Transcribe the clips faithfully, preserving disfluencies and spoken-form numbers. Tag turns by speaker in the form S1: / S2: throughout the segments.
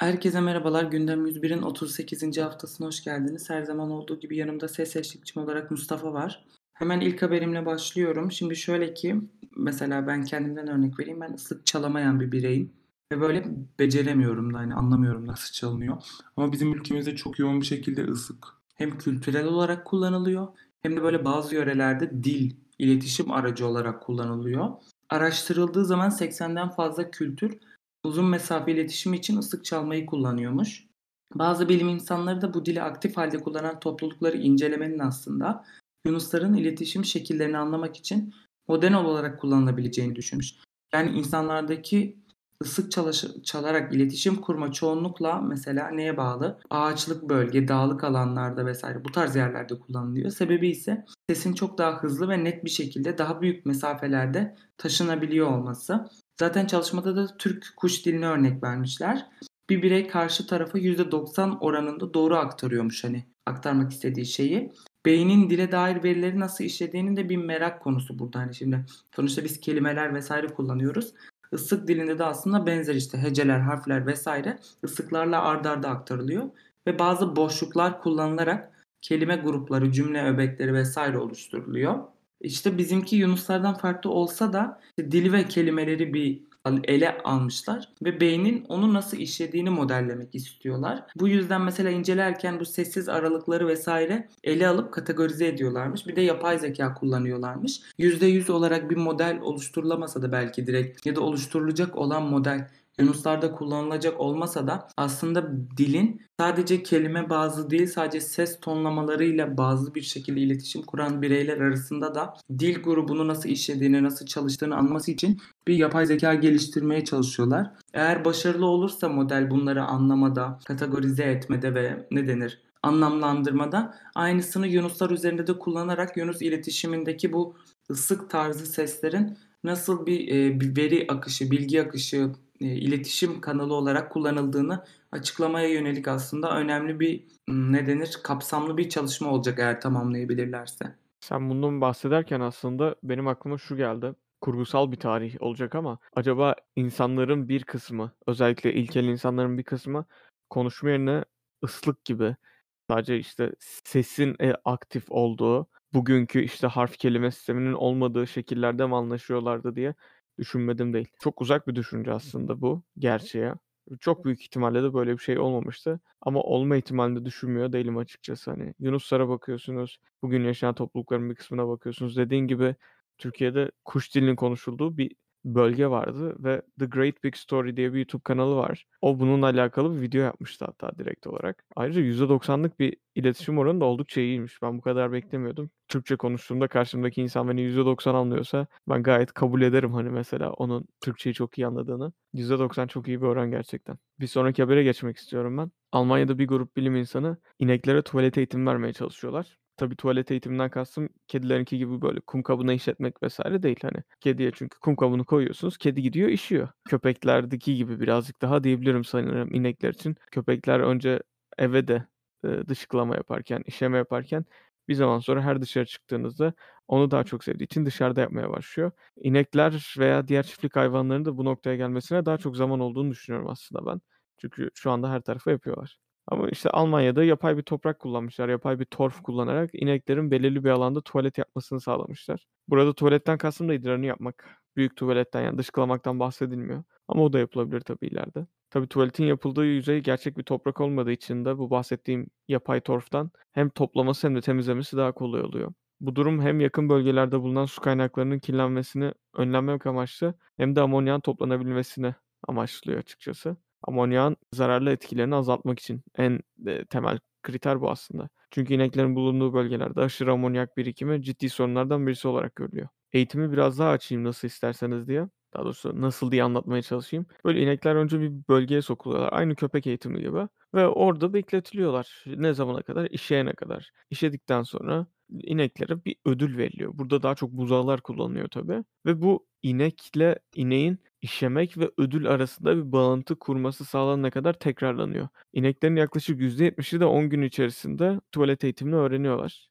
S1: Herkese merhabalar. Gündem yüz birin otuz sekizinci haftasına hoş geldiniz. Her zaman olduğu gibi yanımda ses eşlikçim olarak Mustafa var. Hemen ilk haberimle başlıyorum. Şimdi şöyle ki, mesela ben kendimden örnek vereyim. Ben ıslık çalamayan bir bireyim ve böyle beceremiyorum da hani anlamıyorum nasıl çalınıyor. Ama bizim ülkemizde çok yoğun bir şekilde ıslık hem kültürel olarak kullanılıyor hem de böyle bazı yörelerde dil, iletişim aracı olarak kullanılıyor. Araştırıldığı zaman seksenden fazla kültür uzun mesafe iletişimi için ıslık çalmayı kullanıyormuş. Bazı bilim insanları da bu dili aktif halde kullanan toplulukları incelemenin aslında yunusların iletişim şekillerini anlamak için modern olarak kullanılabileceğini düşünmüş. Yani insanlardaki ıslık çalaşı- çalarak iletişim kurma çoğunlukla mesela neye bağlı? Ağaçlık bölge, dağlık alanlarda vesaire bu tarz yerlerde kullanılıyor. Sebebi ise sesin çok daha hızlı ve net bir şekilde daha büyük mesafelerde taşınabiliyor olması. Zaten çalışmada da Türk kuş dilini örnek vermişler. Bir birey karşı tarafa yüzde doksan oranında doğru aktarıyormuş hani aktarmak istediği şeyi. Beynin dile dair verileri nasıl işlediğinin de bir merak konusu burada. Hani şimdi sonuçta biz kelimeler vesaire kullanıyoruz. Islık dilinde de aslında benzer işte heceler, harfler vesaire ıslıklarla ard arda aktarılıyor. Ve bazı boşluklar kullanılarak kelime grupları, cümle öbekleri vesaire oluşturuluyor. İşte bizimki Yunuslardan farklı olsa da işte dili ve kelimeleri bir ele almışlar ve beynin onu nasıl işlediğini modellemek istiyorlar. Bu yüzden mesela incelerken bu sessiz aralıkları vesaire ele alıp kategorize ediyorlarmış. Bir de yapay zeka kullanıyorlarmış. yüzde yüz olarak bir model oluşturulamasa da belki direkt ya da oluşturulacak olan model Yunuslarda kullanılacak olmasa da aslında dilin sadece kelime bazlı değil, sadece ses tonlamalarıyla bazı bir şekilde iletişim kuran bireyler arasında da dil grubunu nasıl işlediğini, nasıl çalıştığını anlaması için bir yapay zeka geliştirmeye çalışıyorlar. Eğer başarılı olursa model bunları anlamada, kategorize etmede ve ne denir? Anlamlandırmada aynısını Yunuslar üzerinde de kullanarak Yunus iletişimindeki bu ıslık tarzı seslerin nasıl bir, e, bir veri akışı, bilgi akışı, e, iletişim kanalı olarak kullanıldığını açıklamaya yönelik aslında önemli bir ne denir? Kapsamlı bir çalışma olacak eğer tamamlayabilirlerse.
S2: Sen bundan bahsederken aslında benim aklıma şu geldi. Kurgusal bir tarih olacak ama acaba insanların bir kısmı, özellikle ilkel insanların bir kısmı konuşma yerine ıslık gibi sadece, işte, sesin, eee, aktif olduğu, bugünkü, işte, harf kelime sisteminin olmadığı şekillerde mi anlaşıyorlardı diye düşünmedim değil. Çok uzak bir düşünce aslında bu gerçeğe. Çok büyük ihtimalle de böyle bir şey olmamıştı ama olma ihtimalini de düşünmüyor değilim açıkçası. Hani, Yunuslara bakıyorsunuz, bugün yaşayan toplulukların bir kısmına bakıyorsunuz. Dediğin gibi Türkiye'de kuş dilinin konuşulduğu bir bölge vardı ve The Great Big Story diye bir YouTube kanalı var. O bununla alakalı bir video yapmıştı hatta direkt olarak. Ayrıca yüzde doksanlık bir iletişim oranı da oldukça iyiymiş. Ben bu kadar beklemiyordum. Türkçe konuştuğumda karşımdaki insan beni yüzde doksan anlıyorsa ben gayet kabul ederim, hani, mesela onun Türkçeyi çok iyi anladığını. yüzde doksan çok iyi bir oran gerçekten. Bir sonraki habere geçmek istiyorum ben. Almanya'da bir grup bilim insanı ineklere tuvalet eğitimi vermeye çalışıyorlar. Tabii tuvalet eğitiminden kastım kedilerinki gibi böyle kum kabına işletmek vesaire değil, hani. Kediye çünkü kum kabını koyuyorsunuz, kedi gidiyor işiyor. Köpeklerdeki gibi birazcık daha diyebilirim sanırım inekler için. Köpekler önce eve de, eee, dışkılama yaparken, işeme yaparken bir zaman sonra her dışarı çıktığınızda onu daha çok sevdiği için dışarıda yapmaya başlıyor. İnekler veya diğer çiftlik hayvanlarının da bu noktaya gelmesine daha çok zaman olduğunu düşünüyorum aslında ben. Çünkü şu anda her tarafa yapıyorlar. Ama, işte, Almanya'da yapay bir toprak kullanmışlar. Yapay bir torf kullanarak ineklerin belirli bir alanda tuvalet yapmasını sağlamışlar. Burada tuvaletten kastım da idrarını yapmak. Büyük tuvaletten, yani dışkılamaktan bahsedilmiyor ama o da yapılabilir tabii ileride. Tabii tuvaletin yapıldığı yüzey gerçek bir toprak olmadığı için de bu bahsettiğim yapay torftan hem toplaması hem de temizlemesi daha kolay oluyor. Bu durum hem yakın bölgelerde bulunan su kaynaklarının kirlenmesini önlemek amaçlı hem de amonyağın toplanabilmesini amaçlıyor açıkçası. Amonyağın zararlı etkilerini azaltmak için en, eee, temel kriter bu aslında. Çünkü ineklerin bulunduğu bölgelerde aşırı amonyak birikimi ciddi sorunlardan birisi olarak görülüyor. Eğitimi biraz daha açayım nasıl isterseniz diye. Daha doğrusu nasıl diye anlatmaya çalışayım. Böyle inekler önce bir bölgeye sokuluyorlar. Aynı köpek eğitimi gibi ve orada bekletiliyorlar. Ne zamana kadar? İşeyene kadar. İşedikten sonra ineklere bir ödül veriliyor. Burada daha çok buzağılar kullanılıyor tabii ve bu inekle ineğin işemek ve ödül arasında bir bağıntı kurması sağlanana kadar tekrarlanıyor. İneklerin yaklaşık yüzde yetmişi de on gün içerisinde tuvalet eğitimini öğreniyorlar.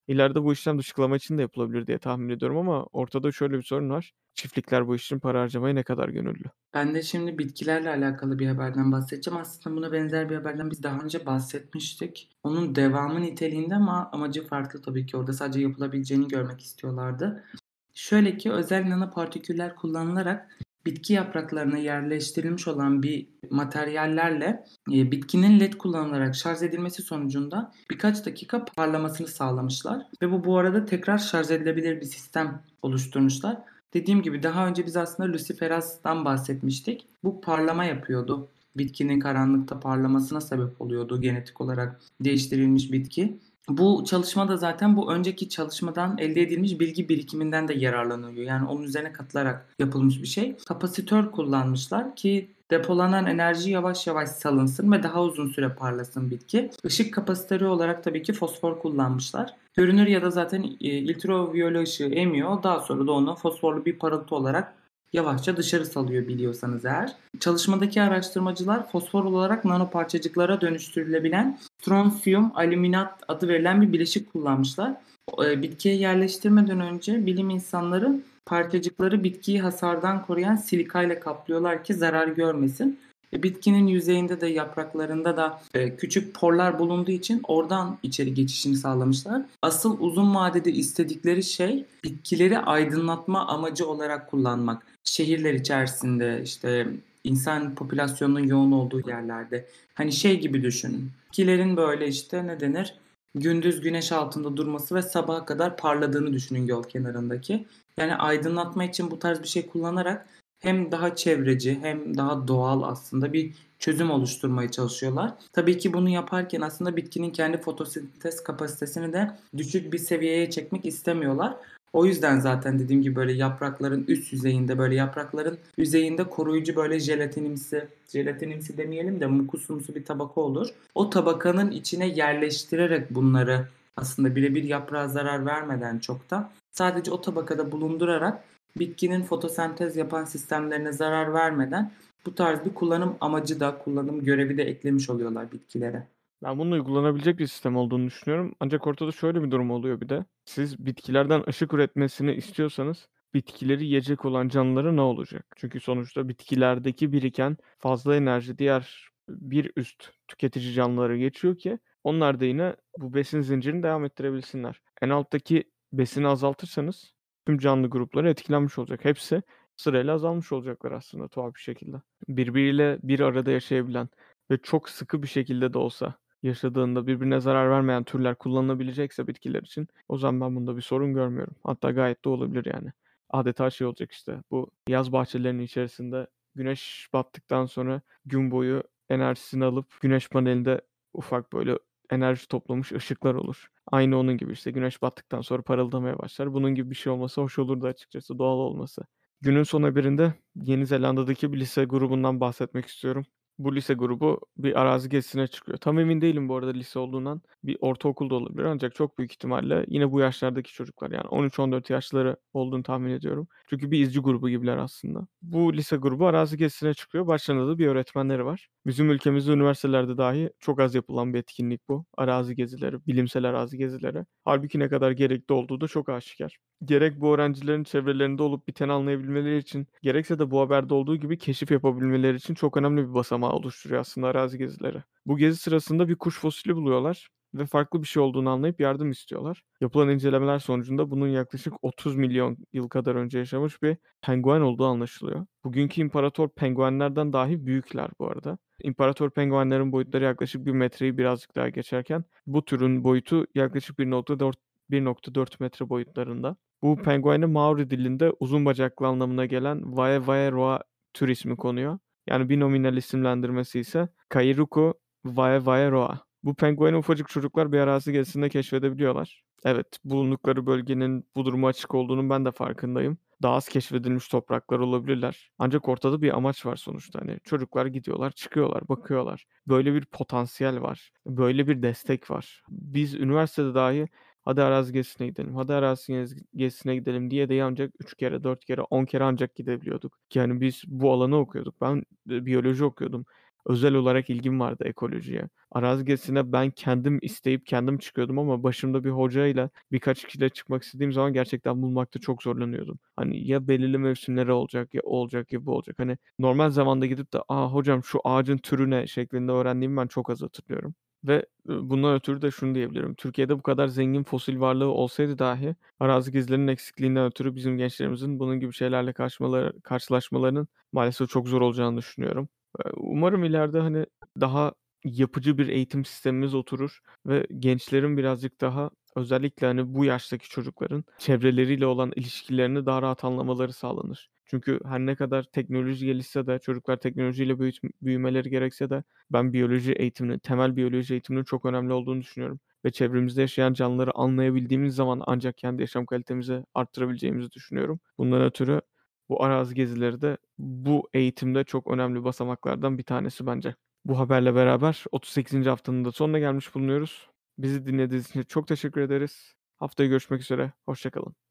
S2: İleride bu işlem dışkılama için de yapılabilir diye tahmin ediyorum ama ortada şöyle bir sorun var. Çiftlikler bu iş için para harcamaya ne kadar gönüllü?
S1: Ben de şimdi bitkilerle alakalı bir haberden bahsedeceğim. Aslında buna benzer bir haberden biz daha önce bahsetmiştik. Onun devamı niteliğinde ama amacı farklı tabii ki. Orada sadece yapılabileceğini görmek istiyorlardı. Şöyle ki özel nanopartiküller kullanılarak bitki yapraklarına yerleştirilmiş olan bir materyallerle e, bitkinin led kullanılarak şarj edilmesi sonucunda birkaç dakika parlamasını sağlamışlar. Ve bu bu arada tekrar şarj edilebilir bir sistem oluşturmuşlar. Dediğim gibi daha önce biz aslında luciferas'tan bahsetmiştik. Bu parlama yapıyordu. Bitkinin karanlıkta parlamasına sebep oluyordu genetik olarak değiştirilmiş bitki. Bu çalışma da zaten bu önceki çalışmadan elde edilmiş bilgi birikiminden de yararlanılıyor. Yani onun üzerine katılarak yapılmış bir şey. Kapasitör kullanmışlar ki depolanan enerji yavaş yavaş salınsın ve daha uzun süre parlasın bitki. Işık kapasitörü olarak tabii ki fosfor kullanmışlar. Görünür ya da zaten e, ultraviyole ışığı emiyor. Daha sonra da onu fosforlu bir parıltı olarak yavaşça dışarı salıyor biliyorsanız eğer. Çalışmadaki araştırmacılar fosfor olarak nanoparçacıklara dönüştürülebilen stronsiyum alüminat adı verilen bir bileşik kullanmışlar. E, bitkiye yerleştirmeden önce bilim insanları parçacıkları bitkiyi hasardan koruyan silika ile kaplıyorlar ki zarar görmesin. E, bitkinin yüzeyinde de yapraklarında da e, küçük porlar bulunduğu için oradan içeri geçişini sağlamışlar. Asıl uzun vadede istedikleri şey bitkileri aydınlatma amacı olarak kullanmak. Şehirler içerisinde işte insan popülasyonunun yoğun olduğu yerlerde. Hani şey gibi düşünün. Bitkilerin böyle işte ne denir? Gündüz güneş altında durması ve sabaha kadar parladığını düşünün yol kenarındaki. Yani aydınlatma için bu tarz bir şey kullanarak hem daha çevreci hem daha doğal aslında bir çözüm oluşturmaya çalışıyorlar. Tabii ki bunu yaparken aslında bitkinin kendi fotosentez kapasitesini de düşük bir seviyeye çekmek istemiyorlar. O yüzden zaten dediğim gibi böyle yaprakların üst yüzeyinde böyle yaprakların yüzeyinde koruyucu böyle jelatinimsi, jelatinimsi demeyelim de mukusumsu bir tabaka olur. O tabakanın içine yerleştirerek bunları aslında birebir yaprağa zarar vermeden çok da sadece o tabakada bulundurarak bitkinin fotosentez yapan sistemlerine zarar vermeden bu tarz bir kullanım amacı da kullanım görevi de eklemiş oluyorlar bitkilere.
S2: Ben bunun uygulanabilecek bir sistem olduğunu düşünüyorum. Ancak ortada şöyle bir durum oluyor bir de. Siz bitkilerden ışık üretmesini istiyorsanız bitkileri yiyecek olan canlılara ne olacak? Çünkü sonuçta bitkilerdeki biriken fazla enerji diğer bir üst tüketici canlılara geçiyor ki onlar da yine bu besin zincirini devam ettirebilsinler. En alttaki besini azaltırsanız tüm canlı grupları etkilenmiş olacak. Hepsi sırayla azalmış olacaklar aslında tuhaf bir şekilde. Birbiriyle bir arada yaşayabilen ve çok sıkı bir şekilde de olsa yaşadığında birbirine zarar vermeyen türler kullanılabilecekse bitkiler için o zaman ben bunda bir sorun görmüyorum. Hatta gayet de olabilir yani. Adeta şey olacak işte bu yaz bahçelerinin içerisinde güneş battıktan sonra gün boyu enerjisini alıp güneş panelinde ufak böyle enerji toplamış ışıklar olur. Aynı onun gibi işte güneş battıktan sonra parıldamaya başlar. Bunun gibi bir şey olması hoş olurdu açıkçası doğal olması. Günün sonu birinde Yeni Zelanda'daki bir lise grubundan bahsetmek istiyorum. Bu lise grubu bir arazi gezisine çıkıyor. Tam emin değilim bu arada lise olduğundan. Bir ortaokul da olabilir ancak çok büyük ihtimalle yine bu yaşlardaki çocuklar yani on üç on dört yaşları olduğunu tahmin ediyorum. Çünkü bir izci grubu gibiler aslında. Bu lise grubu arazi gezisine çıkıyor. Başlarında da bir öğretmenleri var. Bizim ülkemizde üniversitelerde dahi çok az yapılan bir etkinlik bu. Arazi gezileri, bilimsel arazi gezileri. Halbuki ne kadar gerekli olduğu da çok aşikar. Gerek bu öğrencilerin çevrelerinde olup biteni anlayabilmeleri için, gerekse de bu haberde olduğu gibi keşif yapabilmeleri için çok önemli bir basamağı oluşturuyor aslında arazi gezileri. Bu gezi sırasında bir kuş fosili buluyorlar ve farklı bir şey olduğunu anlayıp yardım istiyorlar. Yapılan incelemeler sonucunda bunun yaklaşık otuz milyon yıl kadar önce yaşamış bir penguen olduğu anlaşılıyor. Bugünkü imparator penguenlerden dahi büyükler bu arada. İmparator penguenlerin boyutları yaklaşık bir metreyi birazcık daha geçerken bu türün boyutu yaklaşık bir nokta dört bir nokta dört metre boyutlarında. Bu penguene Maori dilinde uzun bacaklı anlamına gelen Vaevaeroa tür ismi konuyor. Yani binominal isimlendirmesi ise Kairuku Vaevaeroa. Bu pengueni ufacık çocuklar bir arazi gezisinde keşfedebiliyorlar. Evet, bulundukları bölgenin bu duruma açık olduğunun ben de farkındayım. Daha az keşfedilmiş topraklar olabilirler. Ancak ortada bir amaç var sonuçta. Hani çocuklar gidiyorlar, çıkıyorlar, bakıyorlar. Böyle bir potansiyel var. Böyle bir destek var. Biz üniversitede dahi hadi arazi gezisine gidelim, hadi arazi gez gezisine gidelim diye de ancak üç kere, dört kere, on kere ancak gidebiliyorduk. Yani biz bu alanı okuyorduk. Ben, eee, biyoloji okuyordum. özel olarak ilgim vardı ekolojiye. Arazi gezisine ben kendim isteyip kendim çıkıyordum ama başımda bir hocayla birkaç kişiyle çıkmak istediğim zaman gerçekten bulmakta çok zorlanıyordum. Hani ya belirli mevsimleri olacak, ya o olacak, ya bu olacak. Hani normal zamanda gidip de "A, hocam şu ağacın türü ne?" şeklinde öğrendiğimi ben çok az hatırlıyorum ve, ııı, bundan ötürü de şunu diyebilirim. Türkiye'de bu kadar zengin fosil varlığı olsaydı dahi arazi gezilerinin eksikliğinden ötürü bizim gençlerimizin bunun gibi şeylerle karşımaları karşılaşmalarının maalesef çok zor olacağını düşünüyorum. Eee, umarım ileride, hani, daha yapıcı bir eğitim sistemimiz oturur ve gençlerin birazcık daha özellikle, hani, bu yaştaki çocukların çevreleriyle olan ilişkilerini daha rahat anlamaları sağlanır. Çünkü her ne kadar teknoloji gelişse de çocuklar teknolojiyle büyüt büyümeleri gerekse de ben biyoloji eğitiminin, temel biyoloji eğitiminin çok önemli olduğunu düşünüyorum ve çevremizde yaşayan canlıları anlayabildiğimiz zaman ancak kendi yaşam kalitemizi arttırabileceğimizi düşünüyorum. Bundan ötürü bu arazi gezileri de bu eğitimde çok önemli basamaklardan bir tanesi bence. Bu haberle beraber otuz sekizinci haftanın da sonuna gelmiş bulunuyoruz. Bizi dinlediğiniz için çok teşekkür ederiz. Haftaya görüşmek üzere, hoşça kalın.